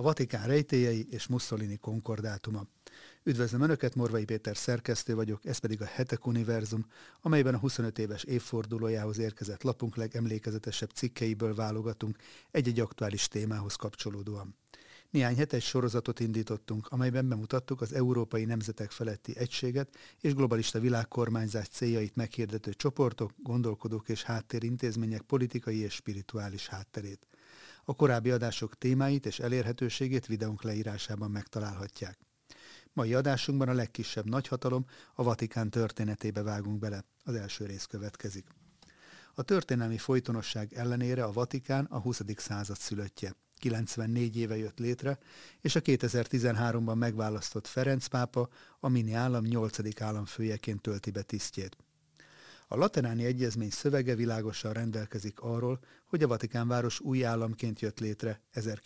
a Vatikán rejtélyei és Mussolini konkordátuma. Üdvözlöm Önöket, Morvai Péter szerkesztő vagyok, ez pedig a Hetek Univerzum, amelyben a 25 éves évfordulójához érkezett lapunk legemlékezetesebb cikkeiből válogatunk egy-egy aktuális témához kapcsolódóan. Néhány hete egy sorozatot indítottunk, amelyben bemutattuk az európai nemzetek feletti egységet és globalista világkormányzás céljait meghirdető csoportok, gondolkodók és háttérintézmények politikai és spirituális hátterét. A korábbi adások témáit és elérhetőségét videónk leírásában megtalálhatják. Mai adásunkban a legkisebb nagyhatalom, a Vatikán történetébe vágunk bele. Az első rész következik. A történelmi folytonosság ellenére a Vatikán a 20. század szülöttje. 94 éve jött létre, és a 2013-ban megválasztott Ferenc pápa a mini állam 8. államfőjeként tölti be tisztjét. A Lateráni Egyezmény szövege világosan rendelkezik arról, hogy a Vatikánváros új államként jött létre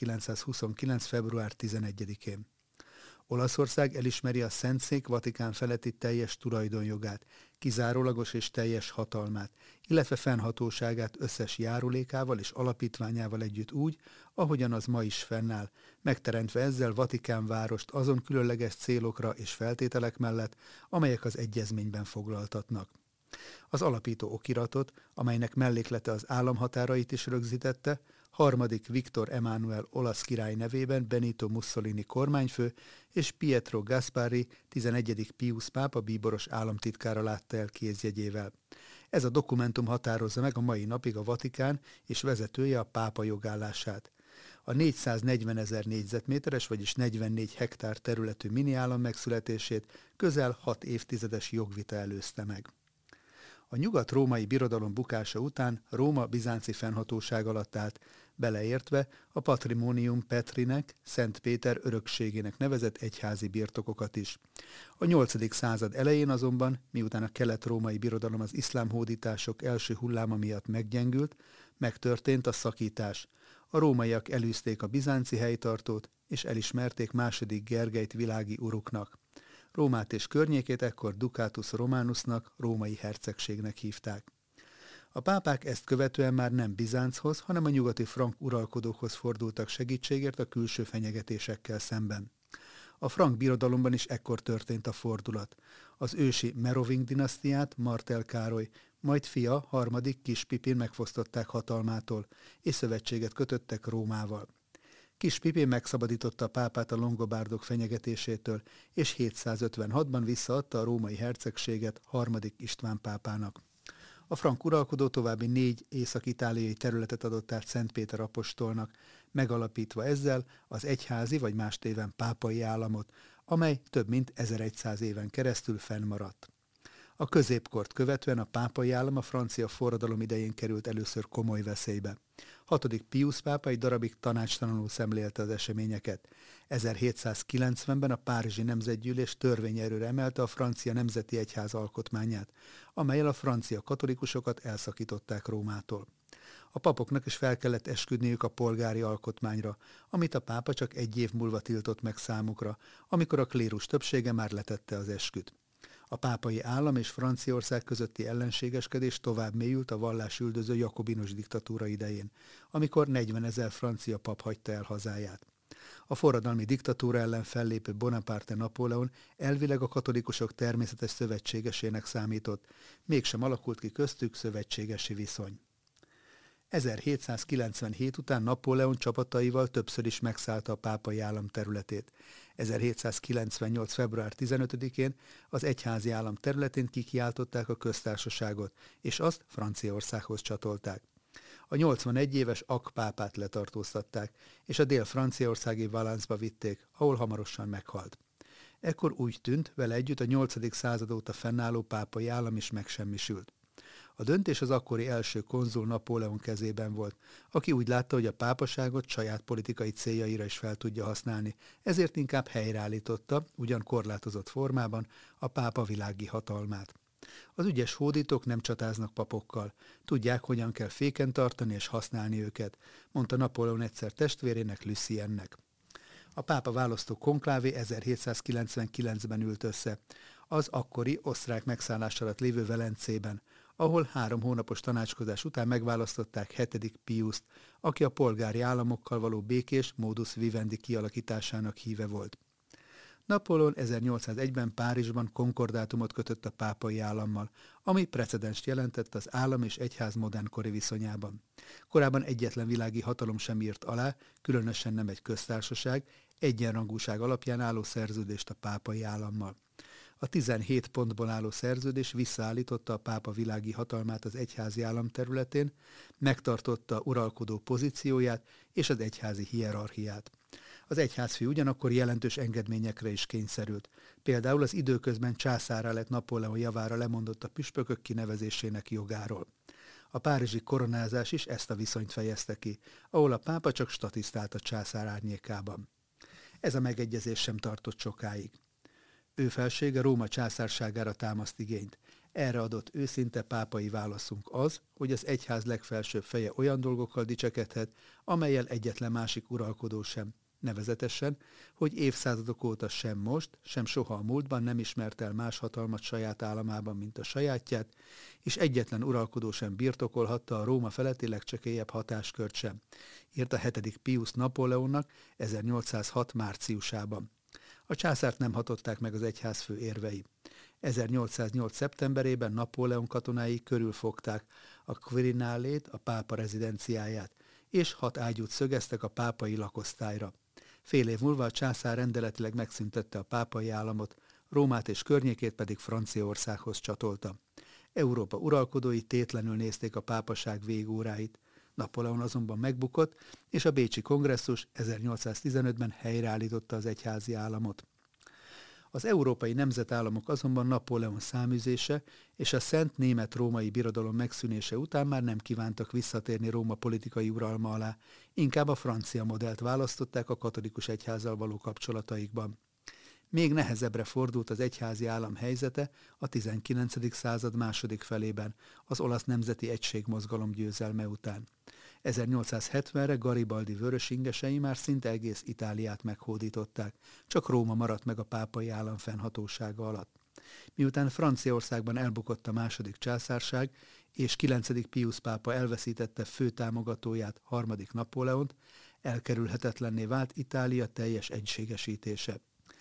1929. február 11-én. Olaszország elismeri a Szentszék Vatikán feletti teljes tulajdonjogát, kizárólagos és teljes hatalmát, illetve fennhatóságát összes járulékával és alapítványával együtt úgy, ahogyan az ma is fennáll, megteremtve ezzel Vatikánvárost azon különleges célokra és feltételek mellett, amelyek az egyezményben foglaltatnak. Az alapító okiratot, amelynek melléklete az államhatárait is rögzítette, harmadik Viktor Emmanuel olasz király nevében Benito Mussolini kormányfő és Pietro Gasparri 11. Pius pápa bíboros államtitkára látta el kézjegyével. Ez a dokumentum határozza meg a mai napig a Vatikán és vezetője a pápa jogállását. A 440 000 négyzetméteres, vagyis 44 hektár területű miniállam megszületését közel 6 évtizedes jogvita előzte meg. A nyugat-római birodalom bukása után Róma bizánci fennhatóság alatt állt, beleértve a Patrimonium Petrinek, Szent Péter örökségének nevezett egyházi birtokokat is. A 8. század elején azonban, miután a kelet-római birodalom az iszlám hódítások első hulláma miatt meggyengült, megtörtént a szakítás. A rómaiak elűzték a bizánci helytartót, és elismerték II. Gergelyt világi uruknak. Rómát és környékét ekkor Ducatus Romanusnak, római hercegségnek hívták. A pápák ezt követően már nem Bizánchoz, hanem a nyugati frank uralkodókhoz fordultak segítségért a külső fenyegetésekkel szemben. A frank birodalomban is ekkor történt a fordulat. Az ősi Meroving dinasztiát Martel Károly, majd fia, harmadik Kis Pipin megfosztották hatalmától, és szövetséget kötöttek Rómával. Kis Pipin megszabadította a pápát a longobárdok fenyegetésétől, és 756-ban visszaadta a római hercegséget harmadik István pápának. A frank uralkodó további 4 észak-itáliai területet adott át Szent Péter apostolnak, megalapítva ezzel az egyházi vagy más néven pápai államot, amely több mint 1100 éven keresztül fennmaradt. A középkort követően a pápai állam a francia forradalom idején került először komoly veszélybe. 6. Pius pápa egy darabig tanácstalanul szemlélte az eseményeket. 1790-ben a Párizsi Nemzetgyűlés törvényerőre emelte a francia nemzeti egyház alkotmányát, amellyel a francia katolikusokat elszakították Rómától. A papoknak is fel kellett esküdniük a polgári alkotmányra, amit a pápa csak 1 év múlva tiltott meg számukra, amikor a klérus többsége már letette az esküt. A pápai állam és Franciaország közötti ellenségeskedés tovább mélyült a vallásüldöző jakobinus diktatúra idején, amikor 40 000 francia pap hagyta el hazáját. A forradalmi diktatúra ellen fellépő Bonaparte Napóleon elvileg a katolikusok természetes szövetségesének számított, mégsem alakult ki köztük szövetségesi viszony. 1797 után Napóleon csapataival többször is megszállta a pápai állam területét. 1798. február 15-én az egyházi állam területén kikiáltották a köztársaságot, és azt Franciaországhoz csatolták. A 81 éves Ak pápát letartóztatták, és a dél-franciaországi Valence-ba vitték, ahol hamarosan meghalt. Ekkor úgy tűnt, vele együtt a 8. század óta fennálló pápai állam is megsemmisült. A döntés az akkori első konzul Napóleon kezében volt, aki úgy látta, hogy a pápaságot saját politikai céljaira is fel tudja használni, ezért inkább helyreállította, ugyan korlátozott formában, a pápa világi hatalmát. Az ügyes hódítók nem csatáznak papokkal, tudják, hogyan kell féken tartani és használni őket, mondta Napóleon egyszer testvérének, Luciennek. A pápa választó konklávé 1799-ben ült össze, az akkori osztrák megszállás alatt lévő Velencében. ahol 3 hónapos tanácskozás után megválasztották 7. Piuszt, aki a polgári államokkal való békés modus vivendi kialakításának híve volt. Napóleon 1801-ben Párizsban konkordátumot kötött a pápai állammal, ami precedenst jelentett az állam és egyház modernkori viszonyában. Korábban egyetlen világi hatalom sem írt alá, különösen nem egy köztársaság, egyenrangúság alapján álló szerződést a pápai állammal. A 17 pontból álló szerződés visszaállította a pápa világi hatalmát az egyházi állam területén, megtartotta uralkodó pozícióját és az egyházi hierarchiát. Az egyházfő ugyanakkor jelentős engedményekre is kényszerült. Például az időközben császárrá lett Napóleon javára lemondott a püspökök kinevezésének jogáról. A párizsi koronázás is ezt a viszonyt fejezte ki, ahol a pápa csak statisztált a császár árnyékában. Ez a megegyezés sem tartott sokáig. Ő felsége Róma császárságára támaszt igényt. Erre adott őszinte pápai válaszunk az, hogy az egyház legfelsőbb feje olyan dolgokkal dicsekedhet, amellyel egyetlen másik uralkodó sem. Nevezetesen, hogy évszázadok óta sem most, sem soha a múltban nem ismert el más hatalmat saját államában, mint a sajátját, és egyetlen uralkodó sem birtokolhatta a Róma feletti legcsekélyebb hatáskört sem, írt a 7. Pius Napóleonnak 1806. márciusában. A császárt nem hatották meg az egyházfő érvei. 1808. szeptemberében Napóleon katonái körülfogták a Quirinálét, a pápa rezidenciáját, és 6 ágyút szögeztek a pápai lakosztályra. Fél év múlva a császár rendeletileg megszüntette a pápai államot, Rómát és környékét pedig Franciaországhoz csatolta. Európa uralkodói tétlenül nézték a pápaság végóráit. Napóleon azonban megbukott, és a bécsi kongresszus 1815-ben helyreállította az egyházi államot. Az európai nemzetállamok azonban Napóleon száműzése és a Szent Német-Római Birodalom megszűnése után már nem kívántak visszatérni Róma politikai uralma alá, inkább a francia modellt választották a katolikus egyházzal való kapcsolataikban. Még nehezebbre fordult az egyházi állam helyzete a 19. század második felében, az olasz nemzeti egységmozgalom győzelme után. 1870-re Garibaldi vörösingesei már szinte egész Itáliát meghódították, csak Róma maradt meg a pápai állam fennhatósága alatt. Miután Franciaországban elbukott a második császárság, és 9. Pius pápa elveszítette fő támogatóját, 3. Napóleont, elkerülhetetlenné vált Itália teljes egységesítése.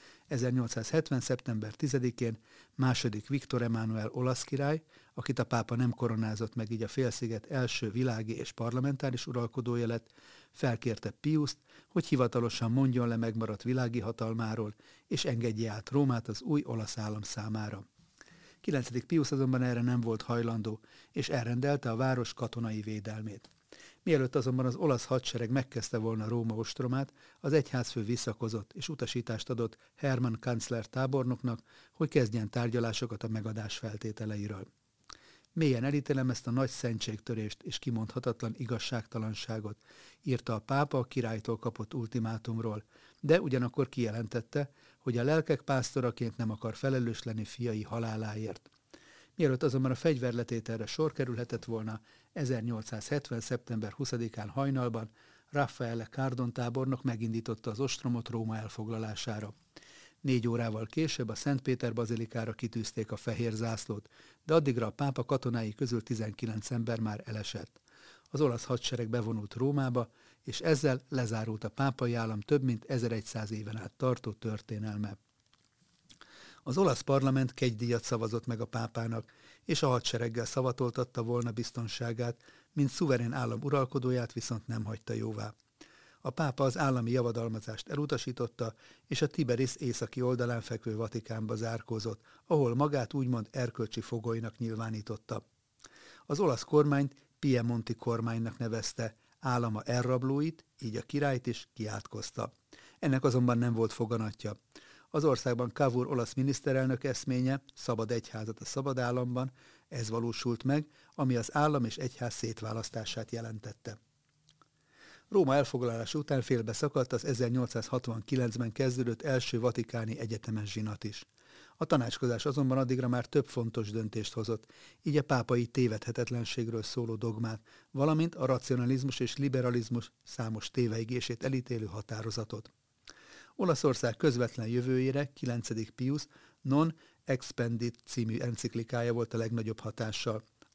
1870. szeptember 10-én második Viktor Emánuel olasz király, akit a pápa nem koronázott meg, így a félsziget első világi és parlamentáris uralkodója lett, felkérte Piuszt, hogy hivatalosan mondjon le megmaradt világi hatalmáról, és engedje át Rómát az új olasz állam számára. 9. Pius azonban erre nem volt hajlandó, és elrendelte a város katonai védelmét. Mielőtt azonban az olasz hadsereg megkezdte volna Róma ostromát, az egyházfő visszakozott és utasítást adott Hermann kancler tábornoknak, hogy kezdjen tárgyalásokat a megadás feltételeiről. Mélyen elítélem ezt a nagy szentségtörést és kimondhatatlan igazságtalanságot, írta a pápa a királytól kapott ultimátumról, de ugyanakkor kijelentette, hogy a lelkek pásztoraként nem akar felelős lenni fiai haláláért. Mielőtt azonban a fegyverletételre sor kerülhetett volna, 1870. szeptember 20-án hajnalban Raffaele Cardon tábornok megindította az ostromot Róma elfoglalására. 4 órával később a Szent Péter bazilikára kitűzték a fehér zászlót, de addigra a pápa katonái közül 19 ember már elesett. Az olasz hadsereg bevonult Rómába, és ezzel lezárult a pápai állam több mint 1100 éven át tartó történelme. Az olasz parlament kegydíjat szavazott meg a pápának, és a hadsereggel szavatoltatta volna biztonságát, mint szuverén állam uralkodóját viszont nem hagyta jóvá. A pápa az állami javadalmazást elutasította, és a Tiberis északi oldalán fekvő Vatikánba zárkózott, ahol magát úgymond erkölcsi fogolynak nyilvánította. Az olasz kormányt Piemonti kormánynak nevezte, állama elrablóit, így a királyt is kiátkozta. Ennek azonban nem volt foganatja. Az országban Cavour olasz miniszterelnök eszménye, szabad egyházat a szabad államban, ez valósult meg, ami az állam és egyház szétválasztását jelentette. Róma elfoglalása után félbe szakadt az 1869-ben kezdődött első vatikáni egyetemes zsinat is. A tanácskozás azonban addigra már több fontos döntést hozott, így a pápai tévedhetetlenségről szóló dogmát, valamint a racionalizmus és liberalizmus számos téveigését elítélő határozatot. Olaszország közvetlen jövőjére 9. Pius Non Expendit című enciklikája volt a legnagyobb hatással,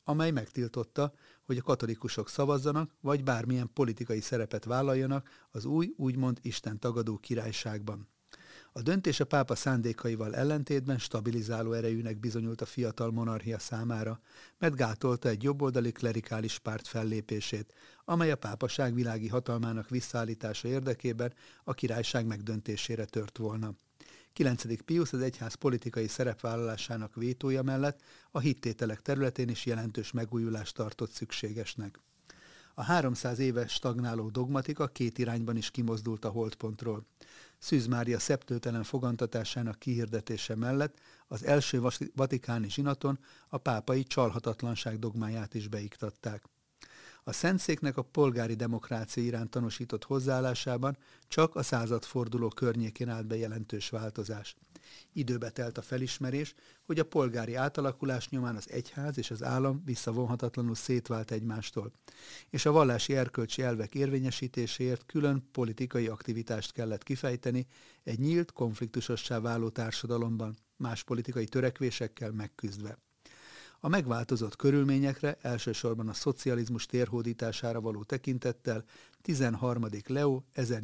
amely megtiltotta, hogy a katolikusok szavazzanak, vagy bármilyen politikai szerepet vállaljanak az új, úgymond Isten tagadó királyságban. A döntés a pápa szándékaival ellentétben stabilizáló erejűnek bizonyult a fiatal monarchia számára, mert gátolta egy jobboldali klerikális párt fellépését, amely a pápaság világi hatalmának visszaállítása érdekében a királyság megdöntésére tört volna. 9. Piusz az egyház politikai szerepvállalásának vétója mellett a hittételek területén is jelentős megújulást tartott szükségesnek. A 300 éves stagnáló dogmatika két irányban is kimozdult a holtpontról. Szűz Mária szeptőtelen fogantatásának kihirdetése mellett az első vatikáni zsinaton a pápai csalhatatlanság dogmáját is beiktatták. A Szentszéknek a polgári demokrácia iránt tanúsított hozzáállásában csak a századforduló környékén állt be jelentős változás. Időbe telt a felismerés, hogy a polgári átalakulás nyomán az egyház és az állam visszavonhatatlanul szétvált egymástól, és a vallási erkölcsi elvek érvényesítéséért külön politikai aktivitást kellett kifejteni egy nyílt, konfliktusossá váló társadalomban, más politikai törekvésekkel megküzdve. A megváltozott körülményekre, elsősorban a szocializmus térhódítására való tekintettel 13. Leo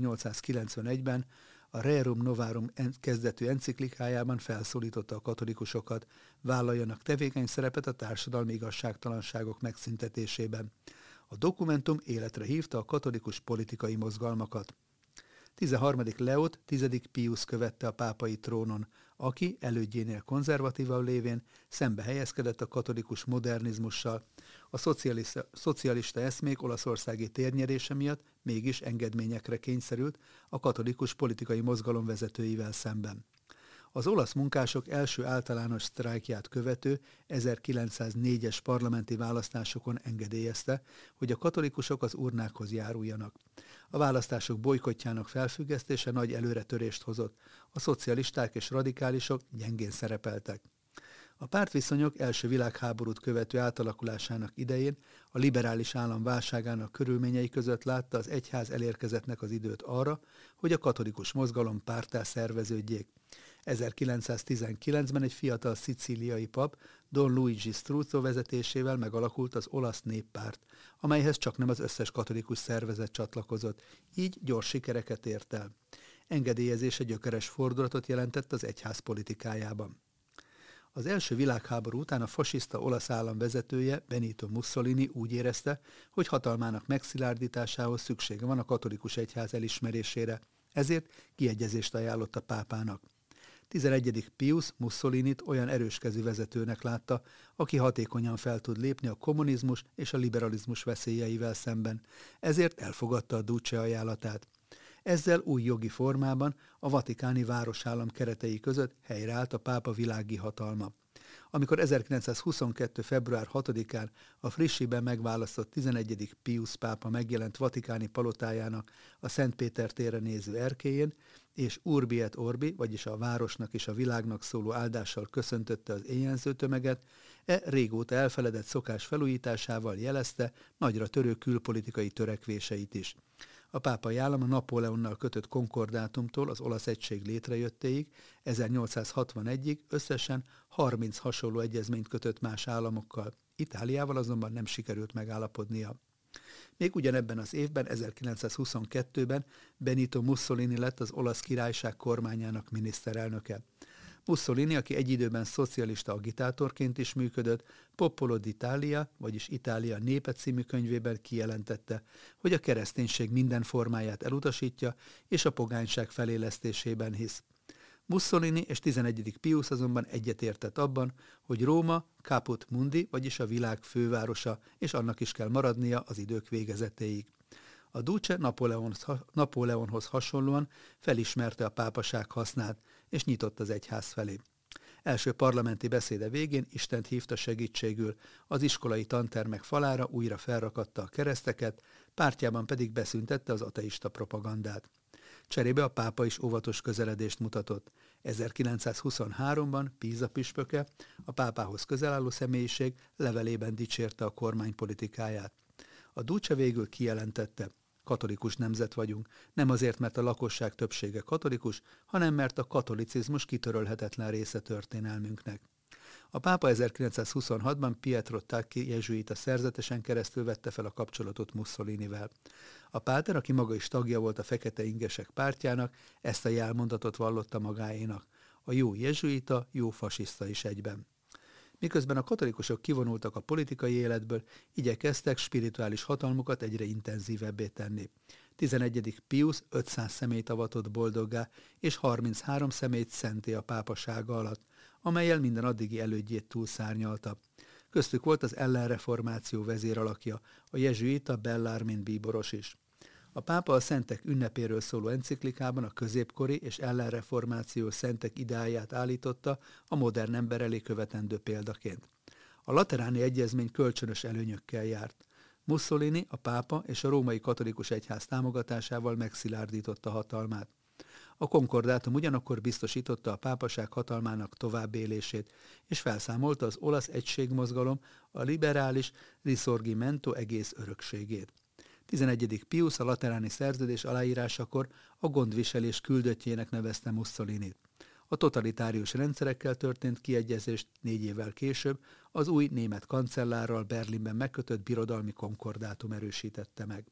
1891-ben a Rerum Novarum kezdetű enciklikájában felszólította a katolikusokat, vállaljanak tevékeny szerepet a társadalmi igazságtalanságok megszüntetésében. A dokumentum életre hívta a katolikus politikai mozgalmakat. 13. Leót 10. Piusz követte a pápai trónon, aki elődjénél konzervatívabb lévén szembe helyezkedett a katolikus modernizmussal. A szocialista eszmék olaszországi térnyerése miatt mégis engedményekre kényszerült a katolikus politikai mozgalom vezetőivel szemben. Az olasz munkások első általános sztrájkját követő 1904-es parlamenti választásokon engedélyezte, hogy a katolikusok az urnákhoz járuljanak. A választások bojkottjának felfüggesztése nagy előretörést hozott, a szocialisták és radikálisok gyengén szerepeltek. A pártviszonyok első világháborút követő átalakulásának idején a liberális állam válságának körülményei között látta az egyház elérkezettnek az időt arra, hogy a katolikus mozgalom párttá szerveződjék. 1919-ben egy fiatal szicíliai pap, Don Luigi Struzzo vezetésével megalakult az olasz néppárt, amelyhez csaknem az összes katolikus szervezet csatlakozott, így gyors sikereket ért el. Engedélyezése gyökeres fordulatot jelentett az egyház politikájában. Az első világháború után a fasiszta olasz állam vezetője, Benito Mussolini úgy érezte, hogy hatalmának megszilárdításához szüksége van a katolikus egyház elismerésére, ezért kiegyezést ajánlott a pápának. 11. Piusz Mussolinit olyan erőskezű vezetőnek látta, aki hatékonyan fel tud lépni a kommunizmus és a liberalizmus veszélyeivel szemben, ezért elfogadta a Duce ajánlatát. Ezzel új jogi formában a vatikáni városállam keretei között helyreállt a pápa világi hatalma. Amikor 1922. február 6-án a frissiben megválasztott 11. Piusz pápa megjelent vatikáni palotájának a Szent Péter térre néző erkélyén, és Urbi et Orbi, vagyis a városnak és a világnak szóló áldással köszöntötte az éjjelző tömeget, régóta elfeledett szokás felújításával jelezte nagyra törő külpolitikai törekvéseit is. A pápai állam a Napóleonnal kötött konkordátumtól az olasz egység létrejöttéig, 1861-ig összesen 30 hasonló egyezményt kötött más államokkal. Itáliával azonban nem sikerült megállapodnia. Még ugyanebben az évben, 1922-ben Benito Mussolini lett az olasz királyság kormányának miniszterelnöke. Mussolini, aki egy időben szocialista agitátorként is működött, Popolo d'Italia, vagyis Itália népe című könyvében kijelentette, hogy a kereszténység minden formáját elutasítja, és a pogányság felélesztésében hisz. Mussolini és 11. Piusz azonban egyetértett abban, hogy Róma caput mundi, vagyis a világ fővárosa, és annak is kell maradnia az idők végezetéig. A Duce Napóleonhoz hasonlóan felismerte a pápaság hasznát, és nyitott az egyház felé. Első parlamenti beszéde végén Istent hívta segítségül, az iskolai tantermek falára újra felrakatta a kereszteket, pártjában pedig beszüntette az ateista propagandát. Cserébe a pápa is óvatos közeledést mutatott. 1923-ban Pisa püspöke, a pápához közel álló személyiség levelében dicsérte a kormány politikáját. A Duce végül kijelentette: katolikus nemzet vagyunk, nem azért, mert a lakosság többsége katolikus, hanem mert a katolicizmus kitörölhetetlen része történelmünknek. A pápa 1926-ban Pietro Tacchi jezsuita szerzetesen keresztül vette fel a kapcsolatot Mussolinivel. A páter, aki maga is tagja volt a fekete ingesek pártjának, ezt a jelmondatot vallotta magáénak: a jó jezsuita, jó fasiszta is egyben. Miközben a katolikusok kivonultak a politikai életből, igyekeztek spirituális hatalmukat egyre intenzívebbé tenni. 11. Pius 500 személyt avatott boldoggá, és 33 személyt szenté a pápasága alatt, amellyel minden addigi elődjét túlszárnyalta. Köztük volt az ellenreformáció vezéralakja, a jezsuita Bellarmine bíboros is. A pápa a szentek ünnepéről szóló enciklikában a középkori és ellenreformáció szentek ideáját állította a modern ember elé követendő példaként. A lateráni egyezmény kölcsönös előnyökkel járt. Mussolini, a pápa és a római katolikus egyház támogatásával megszilárdította hatalmát. A konkordátum ugyanakkor biztosította a pápaság hatalmának továbbélését, és felszámolta az olasz egységmozgalom, a liberális Risorgimento egész örökségét. 11. Pius a lateráni szerződés aláírásakor a gondviselés küldöttjének nevezte Mussolinit. A totalitárius rendszerekkel történt kiegyezést 4 évvel később az új német kancellárral Berlinben megkötött birodalmi konkordátum erősítette meg.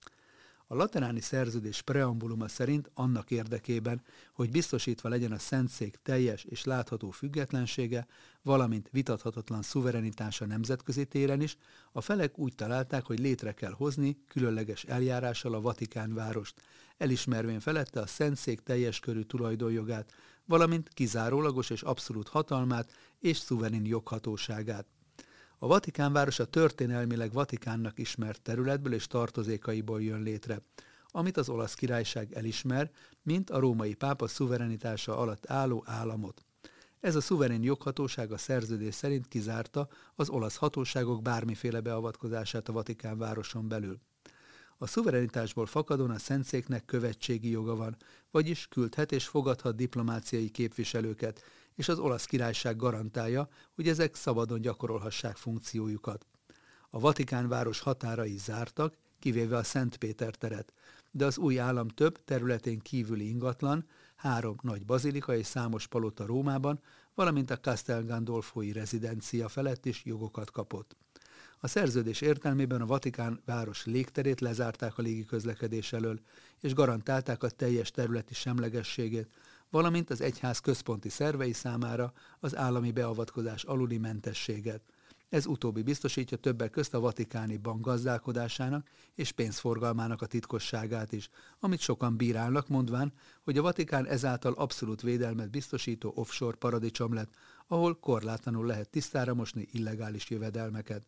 A lateráni szerződés preambuluma szerint annak érdekében, hogy biztosítva legyen a Szentszék teljes és látható függetlensége, valamint vitathatatlan szuverenitása nemzetközi téren is, a felek úgy találták, hogy létre kell hozni különleges eljárással a Vatikán várost, elismervén felette a Szentszék teljes körű tulajdonjogát, valamint kizárólagos és abszolút hatalmát és szuverén joghatóságát. A Vatikán városa történelmileg Vatikánnak ismert területből és tartozékaiból jön létre, amit az olasz királyság elismer, mint a római pápa szuverenitása alatt álló államot. Ez a szuverén joghatóság a szerződés szerint kizárta az olasz hatóságok bármiféle beavatkozását a Vatikán városon belül. A szuverenitásból fakadóan a Szentszéknek követségi joga van, vagyis küldhet és fogadhat diplomáciai képviselőket, és az olasz királyság garantálja, hogy ezek szabadon gyakorolhassák funkciójukat. A Vatikán város határai zártak, kivéve a Szent Péter teret, de az új állam több területén kívüli ingatlan, 3 nagy bazilika és számos palota Rómában, valamint a Castel Gandolfoi rezidencia felett is jogokat kapott. A szerződés értelmében a Vatikán város légterét lezárták a légiközlekedés elől, és garantálták a teljes területi semlegességét, valamint az egyház központi szervei számára az állami beavatkozás aluli mentességet. Ez utóbbi biztosítja többek közt a vatikáni bank gazdálkodásának és pénzforgalmának a titkosságát is, amit sokan bírálnak, mondván, hogy a Vatikán ezáltal abszolút védelmet biztosító offshore paradicsom lett, ahol korlátlanul lehet tisztára mosni illegális jövedelmeket.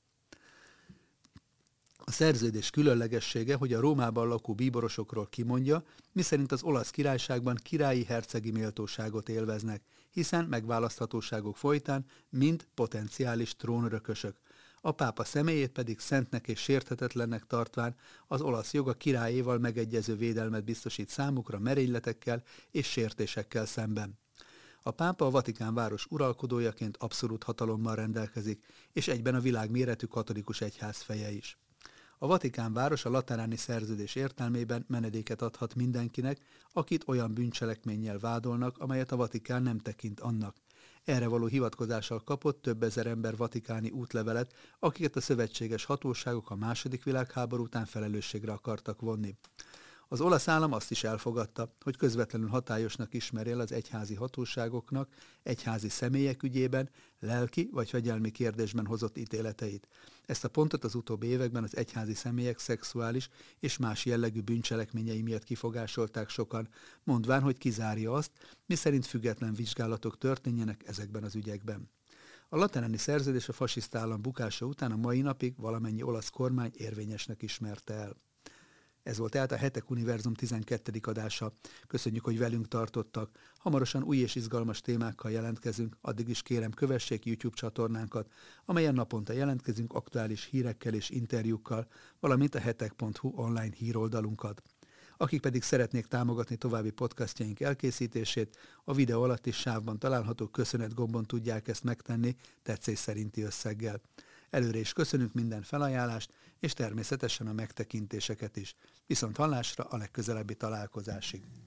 A szerződés különlegessége, hogy a Rómában lakó bíborosokról kimondja, miszerint az olasz királyságban királyi hercegi méltóságot élveznek, hiszen megválaszthatóságok folytán mind potenciális trónörökösök. A pápa személyét pedig szentnek és sérthetetlennek tartván az olasz jog a királyéval megegyező védelmet biztosít számukra merényletekkel és sértésekkel szemben. A pápa a Vatikán város uralkodójaként abszolút hatalommal rendelkezik, és egyben a világméretű katolikus egyház feje is. A Vatikán város a lateráni szerződés értelmében menedéket adhat mindenkinek, akit olyan bűncselekménnyel vádolnak, amelyet a Vatikán nem tekint annak. Erre való hivatkozással kapott több ezer ember vatikáni útlevelet, akiket a szövetséges hatóságok a II. Világháború után felelősségre akartak vonni. Az olasz állam azt is elfogadta, hogy közvetlenül hatályosnak ismeri el az egyházi hatóságoknak egyházi személyek ügyében, lelki vagy fegyelmi kérdésben hozott ítéleteit. Ezt a pontot az utóbbi években az egyházi személyek szexuális és más jellegű bűncselekményei miatt kifogásolták sokan, mondván, hogy kizárja azt, miszerint független vizsgálatok történjenek ezekben az ügyekben. A lateráni szerződés a fasiszta állam bukása után a mai napig valamennyi olasz kormány érvényesnek ismerte el. Ez volt tehát a Hetek Univerzum 12. adása. Köszönjük, hogy velünk tartottak. Hamarosan új és izgalmas témákkal jelentkezünk, addig is kérem, kövessék YouTube csatornánkat, amelyen naponta jelentkezünk aktuális hírekkel és interjúkkal, valamint a hetek.hu online híroldalunkat. Akik pedig szeretnék támogatni további podcastjaink elkészítését, a videó alatti sávban található köszönet gombon tudják ezt megtenni tetszés szerinti összeggel. Előre is köszönünk minden felajánlást, és természetesen a megtekintéseket is. Viszont hallásra a legközelebbi találkozásig.